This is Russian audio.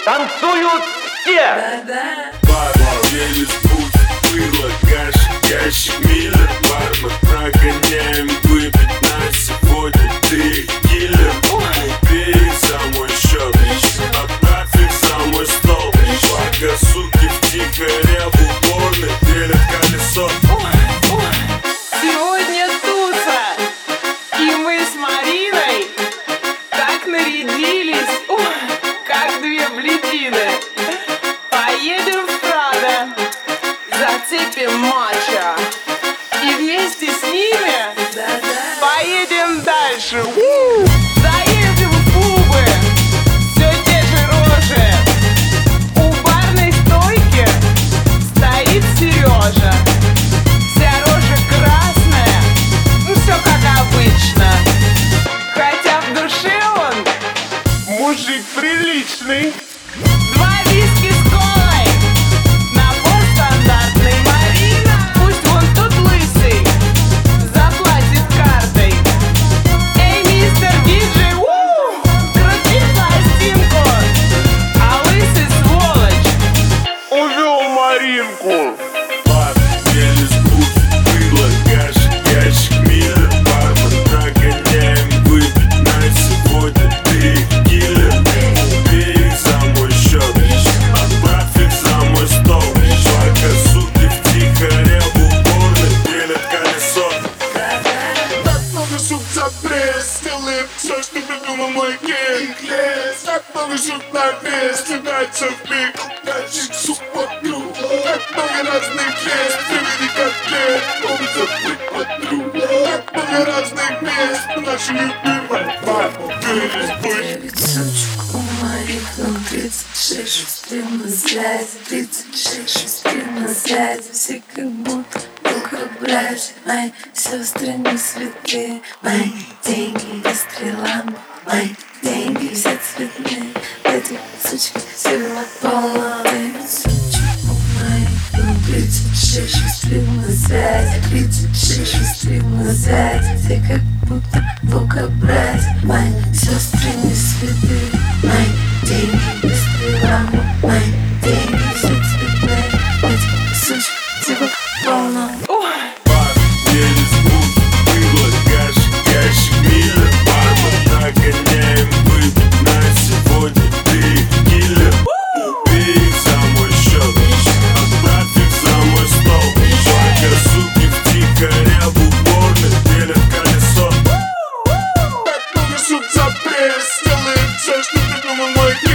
танцуют все. Велись путь, было ящик миллер. Бармен, прогоняем выпить на сегодня. Ты киллер, убей за мой счет, отправь их за мой стол. Пока суки втихаря в уборной делят колесо. Сегодня туса, и мы с Мариной так нарядились, как две блядины. Поедем в Прадо, зацепим матча, и вместе с ними поедем дальше. Заедем в клубы, все те же рожи. У барной стойки стоит Сережа. Вся рожа красная, все как обычно. Хотя в душе он мужик приличный. 2 виски с колой, набор стандартный. Марина, пусть вон тот лысый заплатит картой. Эй, мистер диджей, крути пластинку. А лысый сволочь увел Маринку. Велись путь, было ящик миллер. Бармен, прогоняем выпить на сегодня. Ты киллер, убей их за мой счет, отправь их за мой стол. Пока суки втихаря в уборной делят колесо. Так много шут за пресс, делаем все, что придумал мой геймплес. Так много шут на вес, кидается в миг, дальше суп вокруг. Так много разных мест, приведи котлет, помнится быть подруг. Так много разных мест, наша любимая папа. Велись путь. Сучку Марину 36, стрим на связи, 36, стрим на связи. Все как будто братья, мои сестры не святые. Мои деньги быстрые лампы, мои деньги все цветные. Эти сучки все полные. Сучку Марину 36, стрим на связи, 36, стрим на связи. Все как будто братья, мои сестры не святые. Мои деньги быстрые лампы, мои деньги все цветные. Эти сучки типа полно. Велись путь, было ящик миллер. Бармен, прогоняем выпить на сегодня. Ты киллер, убей их за мой счет, отправь их за мой стол. Пока суки втихаря в уборной делят колесо. Так много шут за пресс, делаем все, что придумал мой геймплес.